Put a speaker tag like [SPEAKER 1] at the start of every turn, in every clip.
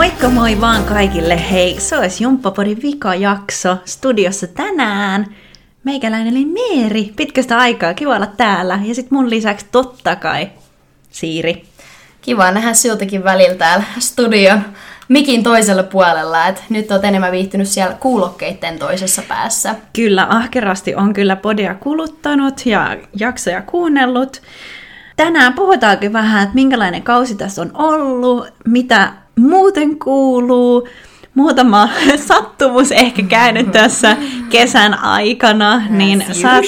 [SPEAKER 1] Moikka moi vaan kaikille, hei, se olisi Jumppapodin vikajakso studiossa tänään. Meikäläinen eli Meeri, pitkästä aikaa, kiva olla täällä. Ja sit mun lisäksi totta kai Siiri.
[SPEAKER 2] Kiva nähdä siltäkin välillä täällä studion mikin toisella puolella, että nyt oot enemmän viihtynyt siellä kuulokkeiden toisessa päässä.
[SPEAKER 1] Kyllä, ahkerasti on kyllä podia kuluttanut ja jaksoja kuunnellut. Tänään puhutaankin vähän, että minkälainen kausi tässä on ollut, mitä muuten kuuluu. Muutama sattumus ehkä käynyt tässä kesän aikana, niin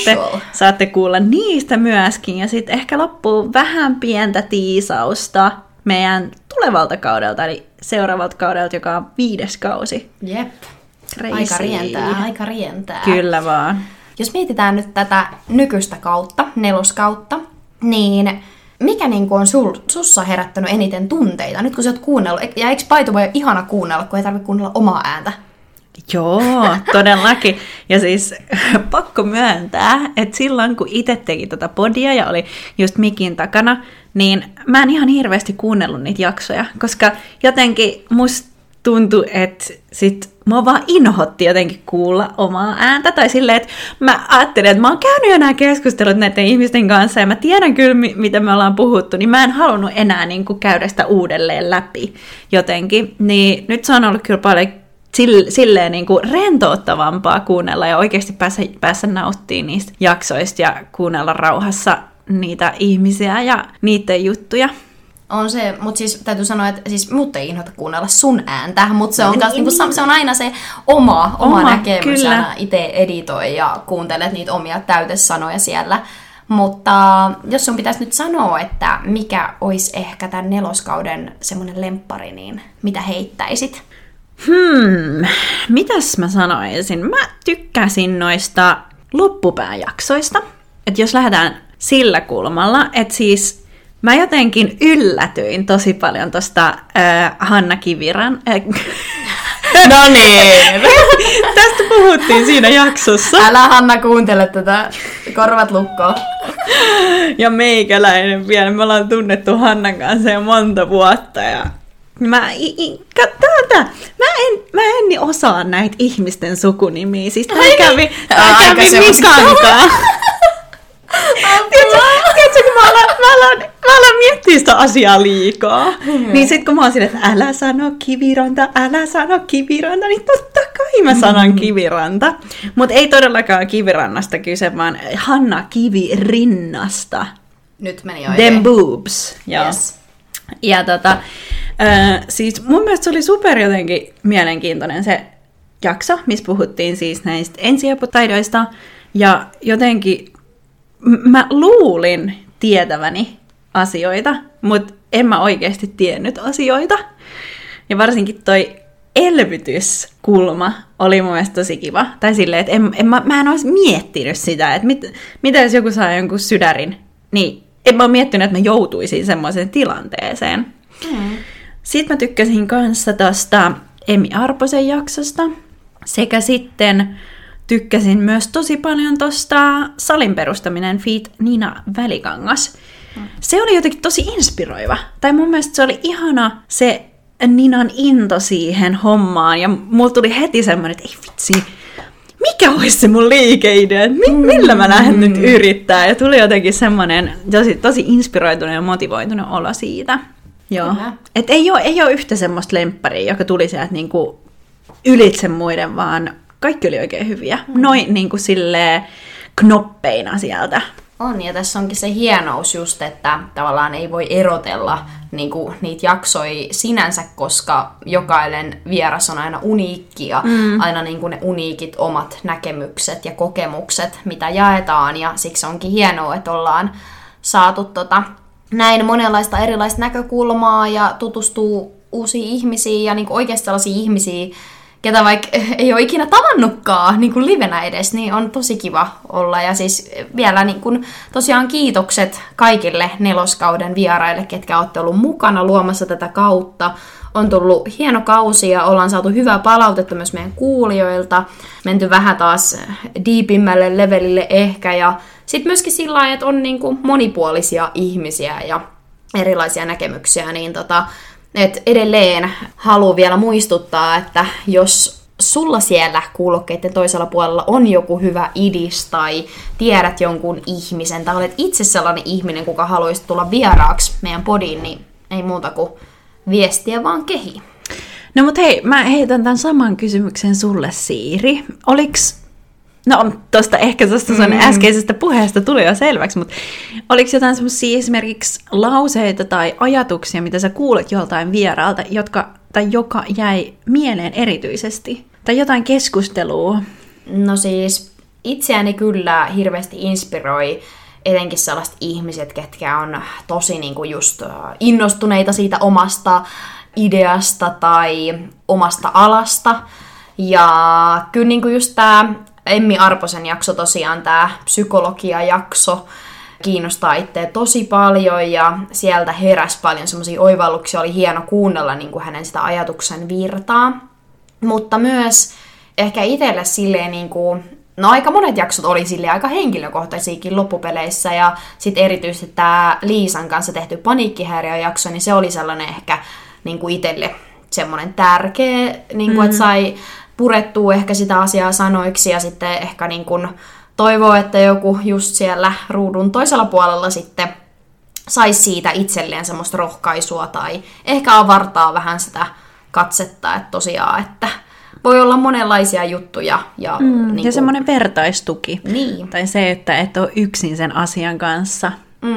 [SPEAKER 1] saatte kuulla niistä myöskin. Ja sitten ehkä loppuu vähän pientä tiisausta meidän tulevalta kaudelta, eli seuraavalta kaudelta, joka on 5. kausi.
[SPEAKER 2] Jep,
[SPEAKER 1] Crazy.
[SPEAKER 2] aika rientää.
[SPEAKER 1] Kyllä vaan.
[SPEAKER 2] Jos mietitään nyt tätä nykyistä kautta, 4. kautta, niin mikä on sussa herättänyt eniten tunteita, nyt kun sä oot kuunnellut? Ja eikö Paitu voi ihana kuunnella, kun ei tarvitse kuunnella omaa ääntä?
[SPEAKER 1] Joo, todellakin. Ja siis pakko myöntää, että silloin kun itse teki tätä podia ja oli just mikin takana, niin mä en ihan hirveästi kuunnellut niitä jaksoja, koska jotenkin musta tuntui, että sit mua vaan inhotti jotenkin kuulla omaa ääntä. Tai silleen, että mä ajattelin, että mä oon käynyt enää keskustelut näiden ihmisten kanssa ja mä tiedän kyllä, mitä me ollaan puhuttu, niin mä en halunnut enää niin kuin käydä sitä uudelleen läpi jotenkin. Niin nyt se on ollut kyllä paljon silleen niin kuin rentouttavampaa kuunnella ja oikeasti päästä nauttimaan niistä jaksoista ja kuunnella rauhassa niitä ihmisiä ja niiden juttuja.
[SPEAKER 2] On se, mutta siis täytyy sanoa, että siis mut ei inhota kuunnella sun ääntä, mutta se on, se on aina se oma näkemys, aina itse editoi ja kuuntelet niitä omia täytesanoja siellä. Mutta jos sun pitäisi nyt sanoa, että mikä olisi ehkä tämän 4. kauden semmoinen lemppari, niin mitä heittäisit?
[SPEAKER 1] Mitäs mä sanoisin? Mä tykkäsin noista loppupääjaksoista. Että jos lähdetään sillä kulmalla, että siis mä jotenkin yllätyin tosi paljon tosta Hanna Kiviranta.
[SPEAKER 2] No niin!
[SPEAKER 1] Tästä puhuttiin siinä jaksossa.
[SPEAKER 2] Älä Hanna kuuntele tätä, korvat lukkoon.
[SPEAKER 1] Ja meikäläinen vielä, me ollaan tunnettu Hannan kanssa jo monta vuotta ja mä en osaa näitä ihmisten sukunimiä. Siis mä kävin Mikankaan. Tiedätkö, kun mä alan miettiä sitä asiaa liikaa. Niin sit kun mä oon silleen, että älä sano Kiviranta, niin totta kai mä sanon Kiviranta. Mut ei todellakaan Kivirannasta kyse, vaan Hanna Kivirinnasta.
[SPEAKER 2] Nyt meni oikein.
[SPEAKER 1] Them boobs. Joo. Yes. Ja siis mun mielestä se oli super jotenkin mielenkiintoinen se jakso, missä puhuttiin siis näistä ensiaputaidoista. Ja jotenkin mä luulin tietäväni asioita, mutta en mä oikeasti tiennyt asioita. Ja varsinkin toi elvytyskulma oli mun mielestä tosi kiva. Tai silleen, että mä en olisi miettinyt sitä, että mitä jos joku saa jonkun sydärin, niin en mä ole miettinyt, että mä joutuisin semmoiseen tilanteeseen. Sitten mä tykkäsin kanssa tosta Emmi Arposen jaksosta. Sekä sitten tykkäsin myös tosi paljon tosta Salin perustaminen feat. Nina Välikangas. Se oli jotenkin tosi inspiroiva. Tai mun mielestä se oli ihana se Ninan into siihen hommaan. Ja mulla tuli heti semmoinen, että ei vitsi, mikä olisi se mun liikeidea? Millä mä lähden nyt yrittää? Ja tuli jotenkin semmoinen tosi inspiroitunut ja motivoitunut olo siitä. Joo. Et ei ole yhtä semmoista lempparia, joka tuli sieltä niinku ylitse muiden, vaan kaikki oli oikein hyviä. Noin niinku silleen knoppeina sieltä.
[SPEAKER 2] On, ja tässä onkin se hienous just, että tavallaan ei voi erotella niinku niitä jaksoja sinänsä, koska jokainen vieras on aina uniikki ja aina niinku ne uniikit omat näkemykset ja kokemukset, mitä jaetaan, ja siksi onkin hienoa, että ollaan saatu näin monenlaista erilaista näkökulmaa ja tutustuu uusiin ihmisiin ja niinku oikeasti sellaisia ihmisiä, ketä vaikka ei ole ikinä tavannutkaan niin kuin livenä edes, niin on tosi kiva olla. Ja siis vielä niin kuin, tosiaan kiitokset kaikille 4. kauden vieraille, ketkä olette ollut mukana luomassa tätä kautta. On tullut hieno kausi ja ollaan saatu hyvää palautetta myös meidän kuulijoilta. Menty vähän taas deepimmälle levelille ehkä. Ja sitten myöskin sillä lailla, että on niin kuin monipuolisia ihmisiä ja erilaisia näkemyksiä, niin Et edelleen haluan vielä muistuttaa, että jos sulla siellä kuulokkeiden toisella puolella on joku hyvä idis tai tiedät jonkun ihmisen tai olet itse sellainen ihminen, kuka haluaisi tulla vieraaksi meidän podiin, niin ei muuta kuin viestiä vaan kehi.
[SPEAKER 1] No mut hei, mä heitän tämän saman kysymyksen sulle, Siiri. No tuosta sun äskeisestä puheesta tuli jo selväksi, mutta oliko jotain semmoisia esimerkiksi lauseita tai ajatuksia, mitä sä kuulet joltain vieraalta, joka jäi mieleen erityisesti? Tai jotain keskustelua?
[SPEAKER 2] No siis itseäni kyllä hirveästi inspiroi etenkin sellaiset ihmiset, ketkä on tosi niinku just innostuneita siitä omasta ideasta tai omasta alasta. Ja kyllä niinku just tää Emmi Arposen jakso tosiaan, tää psykologia-jakso, kiinnostaa itseä tosi paljon ja sieltä heräsi paljon semmoisia oivalluksia, oli hieno kuunnella niin kuin hänen sitä ajatuksen virtaa. Mutta myös ehkä itselle silleen niin kuin, no aika monet jaksot oli silleen aika henkilökohtaisiakin loppupeleissä ja sitten erityisesti tämä Liisan kanssa tehty paniikkihäiriöjakso, niin se oli sellainen ehkä niin kuin itselle semmoinen tärkeä, niin kuin, että sai purettua ehkä sitä asiaa sanoiksi ja sitten ehkä niin kuin toivoo, että joku just siellä ruudun toisella puolella sitten saisi siitä itselleen semmoista rohkaisua tai ehkä avartaa vähän sitä katsetta, että tosiaan, että voi olla monenlaisia juttuja. Ja,
[SPEAKER 1] ja semmoinen vertaistuki.
[SPEAKER 2] Niin.
[SPEAKER 1] Tai se, että et ole yksin sen asian kanssa.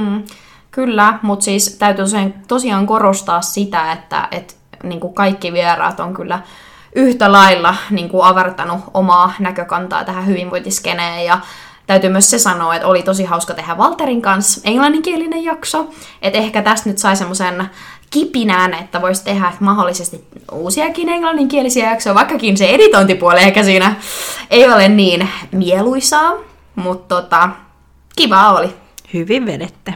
[SPEAKER 2] Kyllä, mutta siis täytyy tosiaan korostaa sitä, että niin kuin kaikki vieraat on kyllä yhtä lailla niin kuin avartanut omaa näkökantaa tähän hyvinvointiskeneen ja täytyy myös se sanoa, että oli tosi hauska tehdä Valterin kanssa englanninkielinen jakso, että ehkä tästä nyt sai semmoisen kipinään, että voisi tehdä mahdollisesti uusiakin englanninkielisiä jaksoja, vaikkakin se editointipuoli ehkä siinä ei ole niin mieluisaa, mutta kiva oli.
[SPEAKER 1] Hyvin vedette.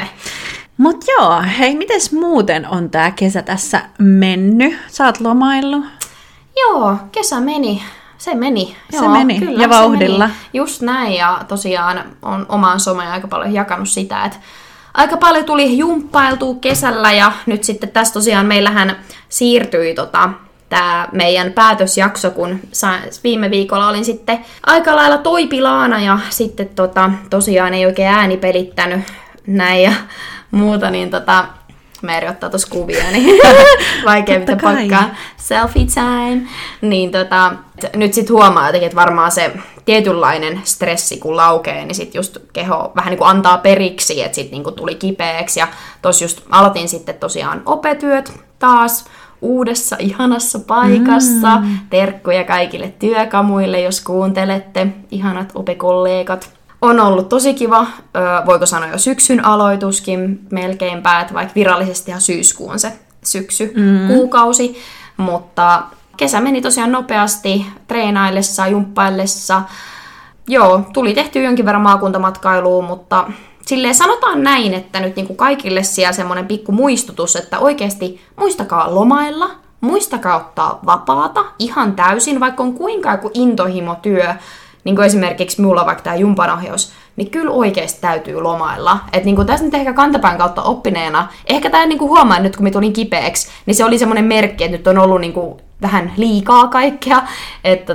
[SPEAKER 1] Mut joo, hei, mites muuten on tää kesä tässä mennyt? Sä oot lomaillut?
[SPEAKER 2] Joo, kesä meni. Se meni.
[SPEAKER 1] Se meni, kyllä, ja vauhdilla.
[SPEAKER 2] Meni. Just näin, ja tosiaan on omaan someen aika paljon jakanut sitä, että aika paljon tuli jumppailtua kesällä, ja nyt sitten tässä tosiaan meillähän siirtyi tämä meidän päätösjakso, kun viime viikolla olin sitten aika lailla toipilaana, ja sitten tosiaan ei oikein ääni pelittänyt näin ja muuta, niin Meeri ottaa tuossa kuvia, niin vaikea mitä pakkaa. Selfie time. Niin nyt sit huomaa jotenkin, että varmaan se tietynlainen stressi kun laukee, niin sit just keho vähän niin kuin antaa periksi, että sit niin kuin tuli kipeäksi. Ja tossa just aloitin sitten tosiaan opetyöt taas uudessa ihanassa paikassa. Terkkuja kaikille työkamuille, jos kuuntelette, ihanat opekollegat. On ollut tosi kiva, voiko sanoa jo syksyn aloituskin melkeinpä, että vaikka virallisesti ihan syyskuu on se kuukausi, mutta kesä meni tosiaan nopeasti treenaillessa, jumppaillessa. Joo, tuli tehty jonkin verran maakuntamatkailua, mutta silleen sanotaan näin, että nyt niin kuin kaikille siellä semmoinen pikku muistutus, että oikeasti muistakaa lomailla, muistakaa ottaa vapaata ihan täysin, vaikka on kuinka joku intohimotyö, niin kuin esimerkiksi mulla vaikka tämä jumpanohjaus, niin kyllä oikeasti täytyy lomailla. Että niin tässä nyt ehkä kantapään kautta oppineena, ehkä tämä niin huomaa nyt, kun mä tulin kipeäksi, niin se oli semmoinen merkki, että nyt on ollut niin vähän liikaa kaikkea. Että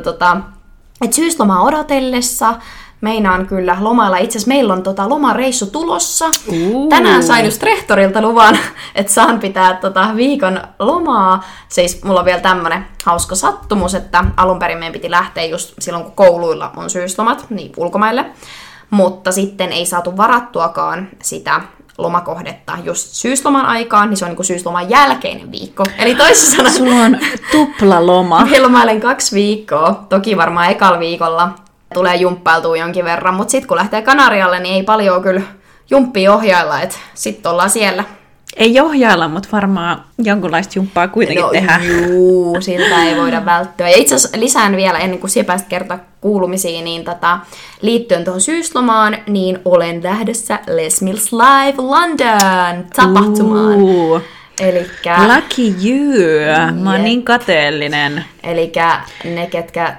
[SPEAKER 2] syyslomaa odotellessa meinaan kyllä lomailla. Itse asiassa meillä on lomareissu tulossa. Tänään sain just rehtorilta luvan, että saan pitää viikon lomaa. Siis mulla on vielä tämmönen hauska sattumus, että alun perin meidän piti lähteä just silloin, kun kouluilla on syyslomat, niin ulkomaille. Mutta sitten ei saatu varattuakaan sitä lomakohdetta just syysloman aikaan, niin se on niin kuin syysloman jälkeinen viikko. Eli toisessa sanoen...
[SPEAKER 1] Sulla on tuplaloma.
[SPEAKER 2] Minä lomailen 2 viikkoa, toki varmaan ekalla viikolla tulee jumppailtua jonkin verran, mutta sitten kun lähtee Kanarialle, niin ei paljon kyllä jumppia ohjailla, että sitten ollaan siellä.
[SPEAKER 1] Ei ohjailla, mutta varmaan jonkunlaista jumppaa kuitenkin tehdään.
[SPEAKER 2] Juu, siltä ei voida välttyä. Ja itse asiassa lisään vielä, ennen kuin siellä päästä kertoa kuulumisiin, niin liittyen tuohon syyslomaan, niin olen lähdössä Les Mills Live London tapahtumaan.
[SPEAKER 1] Lucky you! Mä oon niin kateellinen.
[SPEAKER 2] Elikkä ne, ketkä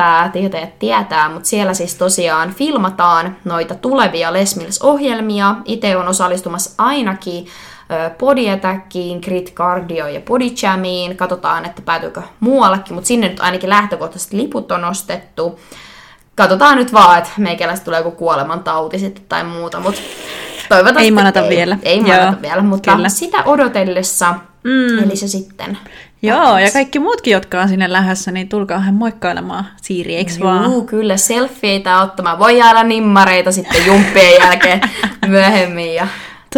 [SPEAKER 2] tietää, mutta siellä siis tosiaan filmataan noita tulevia Les Mills-ohjelmia. Itse on osallistumassa ainakin Body Attackiin, Crit Cardio ja Body Jamiin. Katsotaan, että päätyykö muuallekin, mutta sinne nyt ainakin lähtökohtaisesti liput on ostettu. Katsotaan nyt vaan, että meikäläistä tulee joku kuolemantauti sitten tai muuta, mutta toivottavasti
[SPEAKER 1] ei manata vielä.
[SPEAKER 2] Ei manata vielä, mutta kyllä. Sitä odotellessa, eli se sitten.
[SPEAKER 1] Joo, ja kaikki muutkin, jotka on sinne lähdössä, niin tulkaahan moikkailemaan Siiri, eiks vaan?
[SPEAKER 2] Joo, kyllä, selfieitä ottamaan. Voi jäädä nimmareita sitten jumppien jälkeen myöhemmin. Ja,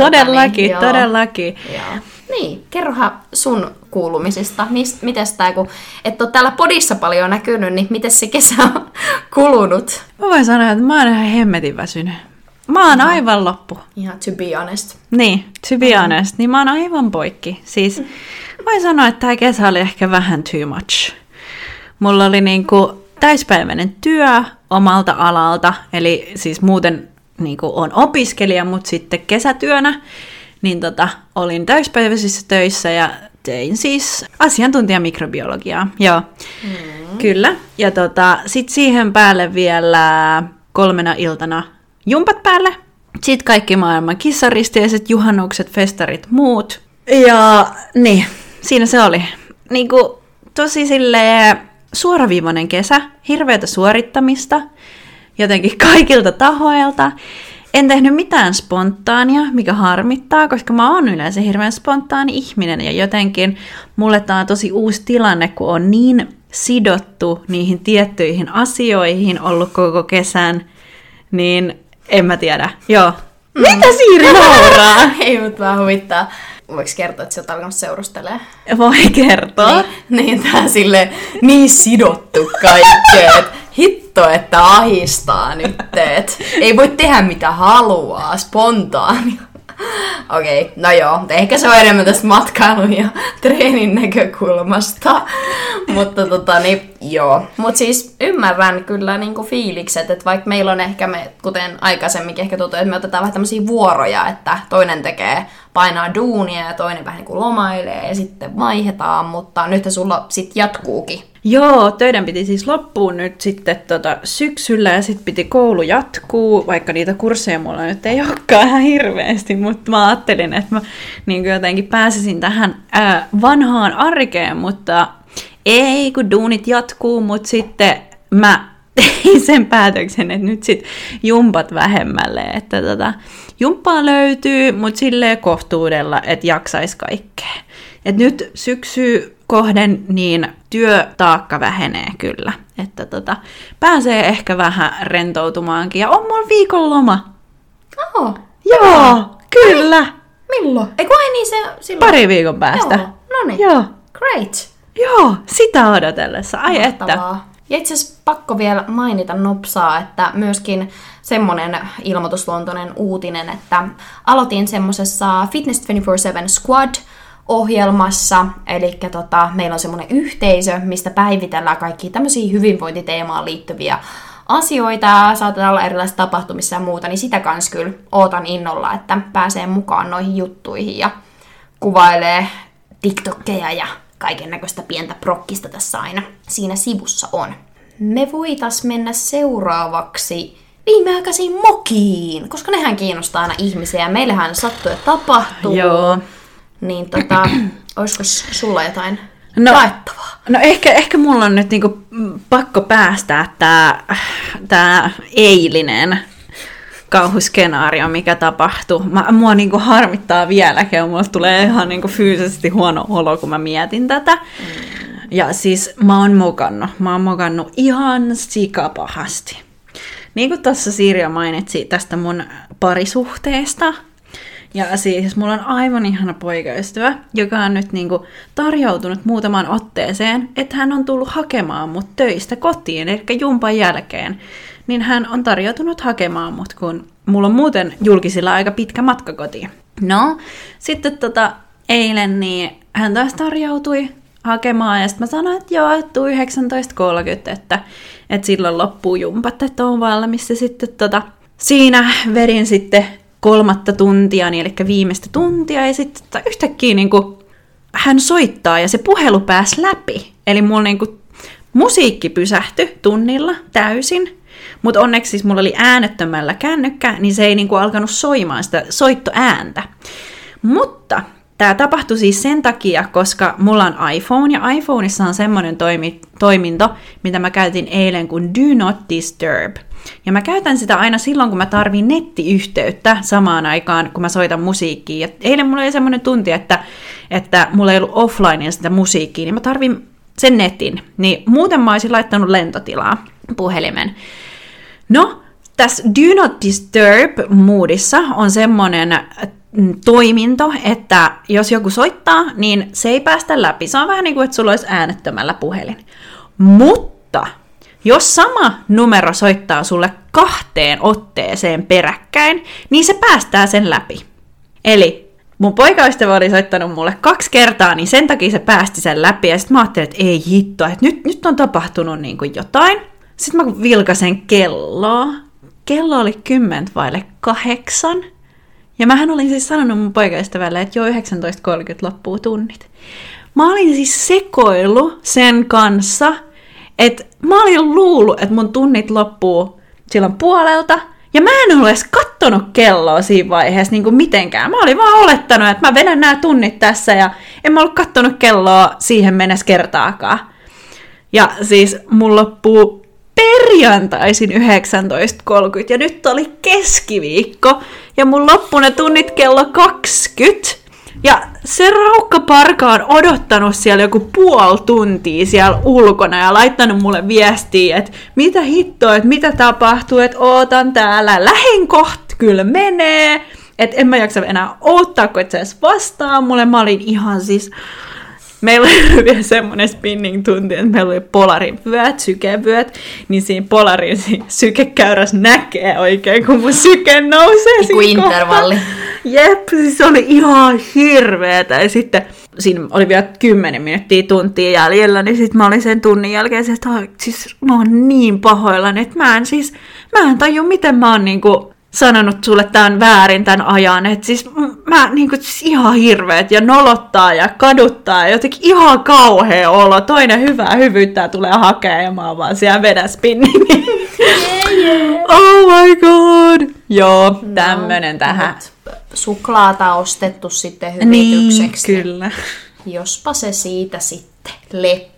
[SPEAKER 1] todellakin.
[SPEAKER 2] Joo. Niin, kerrohan sun kuulumisista. Mites tää, kun et ole täällä podissa paljon näkynyt, niin miten se kesä on kulunut?
[SPEAKER 1] Mä voin sanoa, että mä oon ihan hemmetin väsynyt. Mä oon aivan loppu.
[SPEAKER 2] Ihan to be honest.
[SPEAKER 1] Niin, to be honest. Niin mä oon aivan poikki. Siis voin sanoa, että tää kesä oli ehkä vähän too much. Mulla oli niinku täyspäiväinen työ omalta alalta. Eli siis muuten niinku on opiskelija, mutta sitten kesätyönä. Niin olin täyspäiväisissä töissä ja tein siis asiantuntijamikrobiologiaa. Joo, kyllä. Ja sit siihen päälle vielä 3 iltana jumpat päälle. Sitten kaikki maailman kissaristeiset, juhannukset, festarit, muut. Ja niin, siinä se oli. Niinku tosi silleen suoraviivainen kesä, hirveätä suorittamista, jotenkin kaikilta tahoilta. En tehnyt mitään spontaania, mikä harmittaa, koska mä oon yleensä hirveän spontaani ihminen ja jotenkin mulle tää on tosi uusi tilanne, kun on niin sidottu niihin tiettyihin asioihin ollut koko kesän, niin en mä tiedä. Joo. Mitä Siiri nauraa?
[SPEAKER 2] Ei, mutta vaan huvittaa. Voiko kertoa, että sä oot alkanut seurustelemaan?
[SPEAKER 1] Voi kertoa.
[SPEAKER 2] Niin tää silleen niin sidottu kaikkeen. Hitto, että ahistaa nyt, et ei voi tehdä mitä haluaa, spontaania. Okei, no joo, ehkä se on enemmän tästä matkailun ja treenin näkökulmasta. Mutta niin, joo. Mutta siis ymmärrän kyllä niinku fiilikset, että vaikka meillä on ehkä, kuten aikaisemminkin ehkä tuntuu, että me otetaan vähän tämmöisiä vuoroja, että toinen painaa duunia ja toinen vähän niin kuin lomailee ja sitten vaihdetaan, mutta nyt sulla sitten jatkuukin.
[SPEAKER 1] Joo, töiden piti siis loppuun nyt sitten syksyllä ja sitten piti koulu jatkuu, vaikka niitä kursseja mulla nyt ei olekaan ihan hirveästi, mutta mä ajattelin, että mä niin jotenkin pääsisin tähän vanhaan arkeen, mutta ei kun duunit jatkuu, mutta sitten mä tein sen päätöksen, että nyt sitten jumpat vähemmälle, että jumppaa löytyy, mutta silleen kohtuudella, että jaksais kaikkea. Et nyt syksy kohden niin työtaakka vähenee kyllä, että pääsee ehkä vähän rentoutumaankin ja on mulla viikonloma.
[SPEAKER 2] Oh,
[SPEAKER 1] joo, kyllä.
[SPEAKER 2] Milloin? Eiku niin se silloin?
[SPEAKER 1] 2 viikon päästä.
[SPEAKER 2] Joo, noniin.
[SPEAKER 1] Joo.
[SPEAKER 2] Great.
[SPEAKER 1] Joo, sitä odotellessa. Ai
[SPEAKER 2] mahtavaa.
[SPEAKER 1] Että.
[SPEAKER 2] Ja itse asiassa pakko vielä mainita nopsaa, että myöskin semmoinen ilmoitusluontoinen uutinen, että aloitin semmosessa Fitness 24/7 Squad-ohjelmassa, eli meillä on semmoinen yhteisö, mistä päivitellään kaikki tämmöisiä hyvinvointiteemaan liittyviä asioita, saatetaan olla erilaisissa tapahtumissa ja muuta, niin sitä kans kyllä ootan innolla, että pääsee mukaan noihin juttuihin ja kuvailee TikTokkeja ja kaiken näköistä pientä prokkista tässä aina siinä sivussa on. Me voitais mennä seuraavaksi viimeaikaisiin mokiin, koska nehän kiinnostaa aina ihmisiä ja meillähän sattuu ja tapahtuu.
[SPEAKER 1] Joo.
[SPEAKER 2] Niin olisiko sulla jotain jaettavaa?
[SPEAKER 1] No ehkä mulla on nyt niinku pakko päästää tää eilinen kauhuskenaario, mikä tapahtui. Mua niinku harmittaa vieläkin ja mulle tulee ihan niinku fyysisesti huono olo, kun mä mietin tätä. Ja siis mä oon mokannut ihan sikapahasti. Niin kuin tuossa Siiri mainitsi tästä mun parisuhteesta. Ja siis mulla on aivan ihana poikaystävä, joka on nyt niinku tarjoutunut muutamaan otteeseen, että hän on tullut hakemaan mut töistä kotiin, eli jumpan jälkeen. Niin hän on tarjoutunut hakemaan mut, kun mulla on muuten julkisilla aika pitkä matka kotiin. No, sitten eilen niin hän taas tarjoutui hakemaan, ja sitten mä sanoin, että joo, tuu 19.30, että silloin loppuu jumpat, että on valmis. Ja sitten siinä vedin sitten 3 tuntia, eli viimeistä tuntia, ja sitten yhtäkkiä niin kuin hän soittaa ja se puhelu pääsi läpi. Eli mulla niinku musiikki pysähtyi tunnilla täysin, mutta onneksi siis mulla oli äänettömällä kännykkä, niin se ei niinku alkanut soimaan sitä soittoääntä. Mutta tämä tapahtui siis sen takia, koska mulla on iPhone, ja iPhoneissa on semmoinen toiminto, mitä mä käytin eilen kuin Do Not Disturb. Ja mä käytän sitä aina silloin, kun mä tarvin nettiyhteyttä samaan aikaan, kun mä soitan musiikkia. Ja eilen mulla oli semmoinen tunti, että mulla ei ollut offline sitä musiikkia, niin mä tarvin sen netin. Niin muuten mä olisin laittanut lentotilaa puhelimen. No, tässä Do Not Disturb-moodissa on semmoinen toiminto, että jos joku soittaa, niin se ei päästä läpi. Se on vähän niin kuin, että sulla olisi äänettömällä puhelin. Mutta jos sama numero soittaa sulle 2 otteeseen peräkkäin, niin se päästää sen läpi. Eli mun poikaystävä oli soittanut mulle 2 kertaa, niin sen takia se päästi sen läpi. Ja sitten mä ajattelin, että ei hitto, että nyt on tapahtunut niin kuin jotain. Sitten mä vilkasen kelloa. Kello oli 7:50. Ja mähän olin siis sanonut mun poikaystävälle, että jo 19:30 loppuu tunnit. Mä olin siis sekoillut sen kanssa, että mä olin luullut, että mun tunnit loppuu silloin 1:30, ja mä en ole edes kattonut kelloa siinä vaiheessa niin kuin mitenkään. Mä olin vaan olettanut, että mä vedän nämä tunnit tässä, ja en mä ollut kattonut kelloa siihen mennessä kertaakaan. Ja siis mun loppuu perjantaisin 19:30, ja nyt oli keskiviikko, ja mun loppui ne tunnit kello 20, ja se raukkaparka on odottanut siellä joku 0,5 tuntia siellä ulkona, ja laittanut mulle viestiä, että mitä hittoa, että mitä tapahtuu, että ootan täällä, lähin kohta, kyllä menee, että en mä jaksa enää odottaa, kun et sä edes vastaa mulle, mä olin ihan siis... Meillä oli vielä semmoinen spinning-tunti, että meillä oli polarin vyöt, sykevyöt, niin siinä polarin sykekäyrässä näkee oikein, kun mun syke nousee siinä
[SPEAKER 2] intervalli.
[SPEAKER 1] Jep, siis se oli ihan hirveetä. Ja sitten siinä oli vielä 10 minuuttia tuntia jäljellä, niin sitten mä olin sen tunnin jälkeen, että siis mä oon niin pahoillani, että mä en tajua, miten mä oon niinku sanonut sulle tämän väärin tämän ajan, että siis mä niinku siis ihan hirveet ja nolottaa ja kaduttaa ja jotenkin ihan kauhea olo. Toinen hyvää hyvyyttä tulee hakea ja mä oon vaan siellä vedä spinningiin. Oh my god! Joo, tämmönen tähän.
[SPEAKER 2] Suklaata ostettu sitten hyvitykseksi.
[SPEAKER 1] Niin, kyllä.
[SPEAKER 2] Jospa se siitä sitten leppy.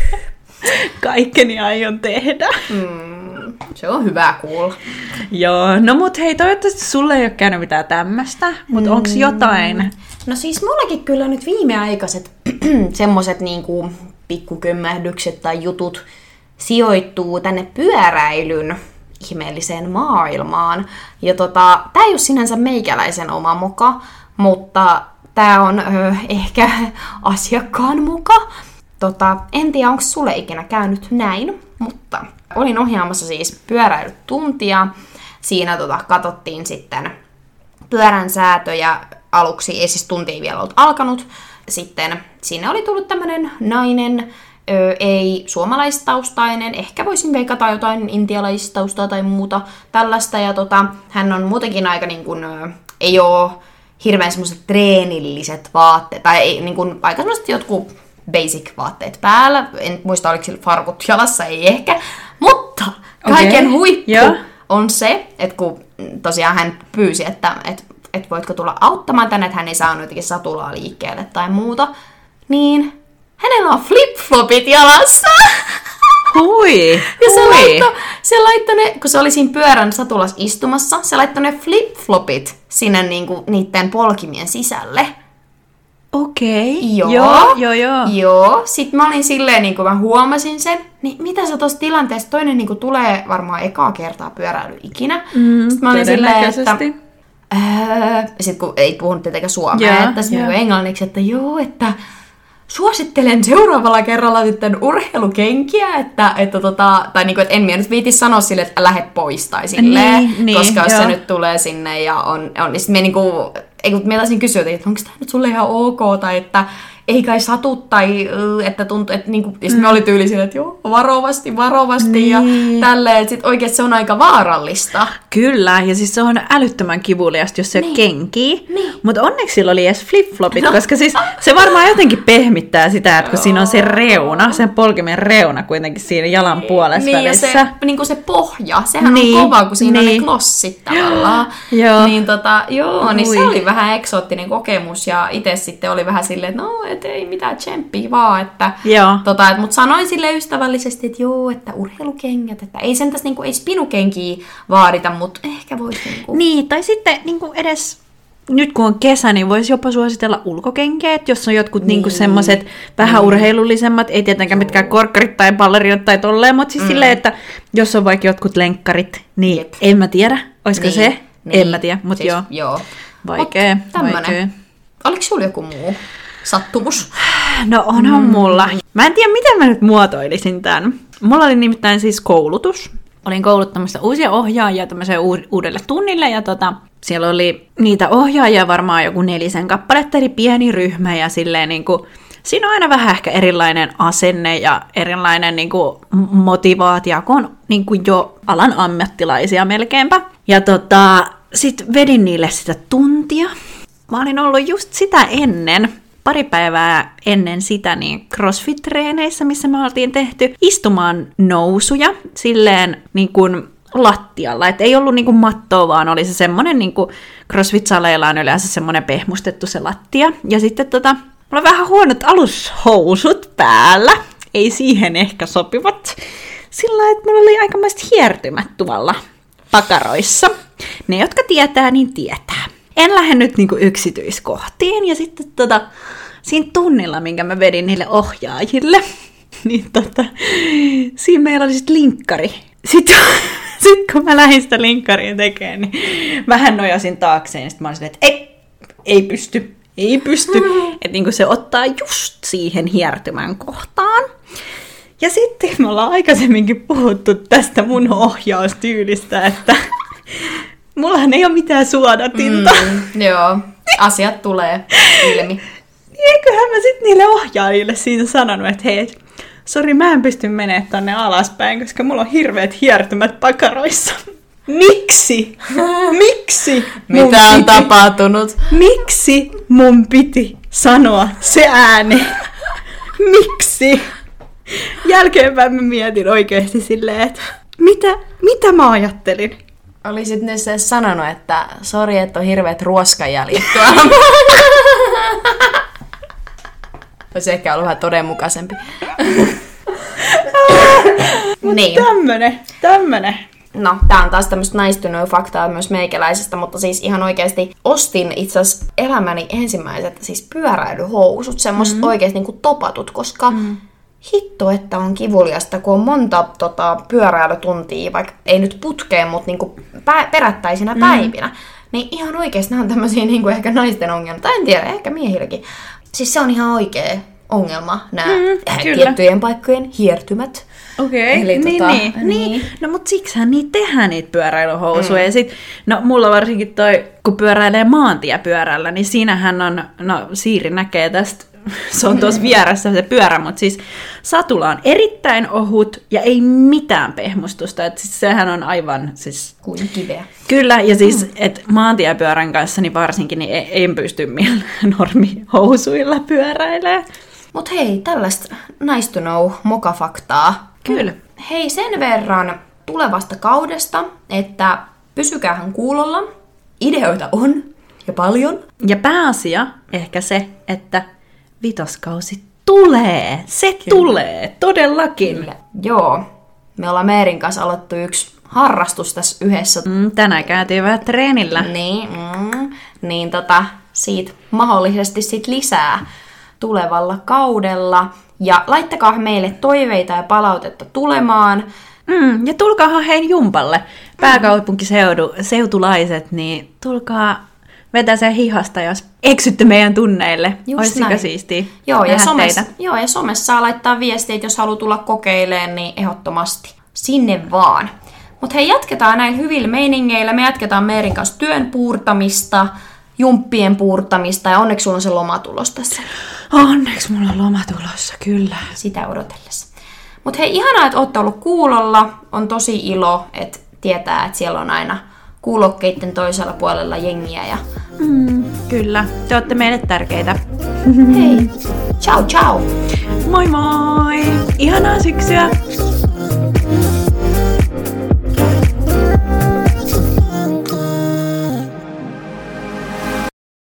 [SPEAKER 1] Kaikkeni aion tehdä.
[SPEAKER 2] Se on hyvä kuulla.
[SPEAKER 1] Joo, no mut hei, toivottavasti sulle ei ole käynyt mitään tämmöstä, mut onks jotain?
[SPEAKER 2] No siis mullakin kyllä nyt viimeaikaiset semmoset niinku pikkukömmähdykset tai jutut sijoittuu tänne pyöräilyn ihmeelliseen maailmaan. Ja tää ei ole sinänsä meikäläisen oma moka, mutta tää on ehkä asiakkaan moka. En tiedä, onko sulle ikinä käynyt näin, mutta olin ohjaamassa siis pyöräilytuntia. Siinä katsottiin sitten pyörän säätöjä aluksi, ei siis tunti ei vielä ollut alkanut. Sitten sinne oli tullut tämmönen nainen, ei suomalaistaustainen, ehkä voisin veikata jotain intialaistaustaa tai muuta tällaista. Ja hän on muutenkin aika niin kuin, ei oo hirveän semmoiset treenilliset vaatteet, tai ei, niin kuin, aika semmoiset jotkut basic-vaatteet päällä. En muista, oliko sillä farkut jalassa, ei ehkä. Mutta kaiken huippu on se, että kun tosiaan hän pyysi, että voitko tulla auttamaan tänne, että hän ei saanut jotenkin satulaa liikkeelle tai muuta, niin hänellä on flip-flopit jalassa.
[SPEAKER 1] Hui!
[SPEAKER 2] Ja se laittoi ne, kun se oli siinä pyörän satulas istumassa, se laittoi ne flip-flopit sinne niinku niiden polkimien sisälle.
[SPEAKER 1] Okei.
[SPEAKER 2] Joo. Sitten mä olin silleen, niin kun mä huomasin sen, niin mitä sä tossa tilanteessa, toinen niin tulee varmaan ekaa kertaa pyöräily ikinä. Sitten mä olin silleen, että... Sitten kun ei puhunut tietenkään suomea, että sitten englanniksi, että joo, että suosittelen seuraavalla kerralla sitten urheilukenkiä, tai niin kuin, että en minä nyt viiti sanoa sille, että lähde pois tai silleen, koska jos se nyt tulee sinne ja on niin sitten me niinku... Ei, kun minä taisin kysyä, että onko tämä nyt sulle ihan ok, tai että ei kai satu tai että tuntuu, että niinku, ja me oli tyyli siinä, että joo, varovasti ja tälleen, että sit oikeesti se on aika vaarallista.
[SPEAKER 1] Kyllä, ja siis se on älyttömän kivuliasta, jos se kenkii. Mutta onneksi sillä oli edes flip-flopit, koska siis se varmaan jotenkin pehmittää sitä, että kun siinä on se reuna, sen polkimen reuna kuitenkin siinä jalan puolessa välissä.
[SPEAKER 2] Ja se, niinku se pohja, sehän on kova, kun siinä on ne klossit tavallaan. Niin niin se oli vähän eksoottinen kokemus, ja itse sitten oli vähän silleen, että no, et ei mitään tsemppia vaan, että mutta sanoin sille ystävällisesti, että joo, että urheilukengät, että ei sen tässä niinku, ei spinukenkiä vaadita, mutta ehkä voisi niinku.
[SPEAKER 1] Niin, tai sitten niinku edes nyt kun on kesä, niin voisi jopa suositella ulkokenkeet, jos on jotkut niinku semmoiset vähän urheilullisemmat, ei tietenkään mitkään korkkarit tai ballerinat tai tolleen, mutta siis silleen, että jos on vaikka jotkut lenkkarit, niin en mä tiedä, olisiko se? En mä tiedä, mutta siis, joo. Vaikea.
[SPEAKER 2] Oliko sulla joku muu sattumus?
[SPEAKER 1] No onhan mulla. Mä en tiedä, miten mä nyt muotoilisin tämän. Mulla oli nimittäin siis koulutus. Olin kouluttamassa uusia ohjaajia tämmöiseen uudelle tunnille, ja siellä oli niitä ohjaajia varmaan joku 4 kappaletta, eli pieni ryhmä, ja silleen niinku, siinä on aina vähän ehkä erilainen asenne ja erilainen niinku motivaatio, kun on niinku jo alan ammattilaisia melkeinpä. Ja sit vedin niille sitä tuntia. Mä olin ollut just sitä ennen, pari päivää ennen sitä, niin CrossFit-treeneissä, missä me oltiin tehty istumaan nousuja silleen niin kuin lattialla. Et ei ollut niin kuin mattoa, vaan oli se semmoinen, niin kuin CrossFit-saleilla on yleensä semmoinen pehmustettu se lattia. Ja sitten mulla on vähän huonot alushousut päällä. Ei siihen ehkä sopivat. Sillä että mulla oli aikamoiset hiertymät tuolla pakaroissa. Ne, jotka tietää, niin tietää. En lähde nyt niinku yksityiskohtiin, ja sitten siinä tunnilla, minkä mä vedin niille ohjaajille, niin siinä meillä oli sitten linkkari. Sitten kun mä lähdin sitä linkkaria tekemään, niin vähän nojasin taakseen, ja sitten mä olin silleen, että ei pysty. Että niinku se ottaa just siihen hiertymän kohtaan. Ja sitten me ollaan aikaisemminkin puhuttu tästä mun ohjaustyylistä, että mullahan ei ole mitään suodatinta.
[SPEAKER 2] Joo, asiat tulee ilmi.
[SPEAKER 1] Eiköhän mä sitten niille ohjaajille siitä sanonut, että hei, sori, mä en pysty menemään tonne alaspäin, koska mulla on hirveät hiertymät pakaroissa. Miksi?
[SPEAKER 2] Mitä on tapahtunut?
[SPEAKER 1] Miksi mun piti sanoa se ääni? Miksi? Jälkeenpäin mä mietin oikeasti silleen, että mitä mä ajattelin?
[SPEAKER 2] Olisit nyt se sanonut, että sori, että on hirveät ruoskajäljet tuolla. Olisi ehkä ollut vähän todenmukaisempi.
[SPEAKER 1] Niin. Tämmönen.
[SPEAKER 2] No, tää on taas tämmöistä naistunut faktaa myös meikäläisestä, mutta siis ihan oikeasti ostin itse asiassa elämäni ensimmäiset siis pyöräilyhousut, semmoiset oikeasti niinku topatut, koska hitto, että on kivuliasta, kun on monta pyöräilytuntia, vaikka ei nyt putkeen, mutta niinku perättäisinä päivinä, niin ihan oikeasti nämä on tämmöisiä niinku ehkä naisten ongelmia, tai en tiedä, ehkä miehilläkin. Siis se on ihan oikea ongelma, nämä tiettyjen paikkojen hiertymät.
[SPEAKER 1] Okei, niin. No mut siksihän niitä tehdään niitä pyöräilyhousuja. Ja sit, no mulla varsinkin kun pyöräilee maantiepyörällä, niin siinähän on, no Siiri näkee tästä, se on tuossa vieressä se pyörä, mutta siis satula on erittäin ohut ja ei mitään pehmustusta. Et siis sehän on aivan siis
[SPEAKER 2] kuin kiveä.
[SPEAKER 1] Kyllä, ja siis et maantiepyörän kanssa niin varsinkin niin ei pysty millään normihousuilla pyöräilemään.
[SPEAKER 2] Mut hei, tällaista nice to know mokafaktaa.
[SPEAKER 1] Kyllä.
[SPEAKER 2] Hei, sen verran tulevasta kaudesta, että pysykäähän kuulolla. Ideoita on ja paljon.
[SPEAKER 1] Ja pääasia ehkä se, että vitoskausi tulee. Se tulee, todellakin.
[SPEAKER 2] Kyllä. Joo. Me ollaan Meerin kanssa aloittu yksi harrastus tässä yhdessä.
[SPEAKER 1] Tänään käytiin vähän treenillä.
[SPEAKER 2] Niin siitä mahdollisesti sit lisää tulevalla kaudella. Ja laittakaa meille toiveita ja palautetta tulemaan.
[SPEAKER 1] Ja tulkaahan hei jumpalle. Pääkaupunkiseutulaiset, niin tulkaa vetää sen hihasta, jos eksytte meidän tunneille. Olisiko siistiä?
[SPEAKER 2] Joo, ja somessa saa laittaa viestiä, jos haluaa tulla kokeilemaan, niin ehdottomasti sinne vaan. Mutta hei, jatketaan näin hyvillä meiningeillä. Me jatketaan Meerin kanssa työn puurtamista. jumppien puurtamista ja onneksi sulla on se loma tulos tässä.
[SPEAKER 1] Onneksi mulla on loma tulossa, kyllä.
[SPEAKER 2] Sitä odotellessa. Mutta hei, ihanaa, että ootte ollut kuulolla. On tosi ilo, että tietää, että siellä on aina kuulokkeiden toisella puolella jengiä. Ja...
[SPEAKER 1] Kyllä, te ootte meille tärkeitä.
[SPEAKER 2] Hei, ciao ciao!
[SPEAKER 1] Moi moi! Ihanaa syksyä!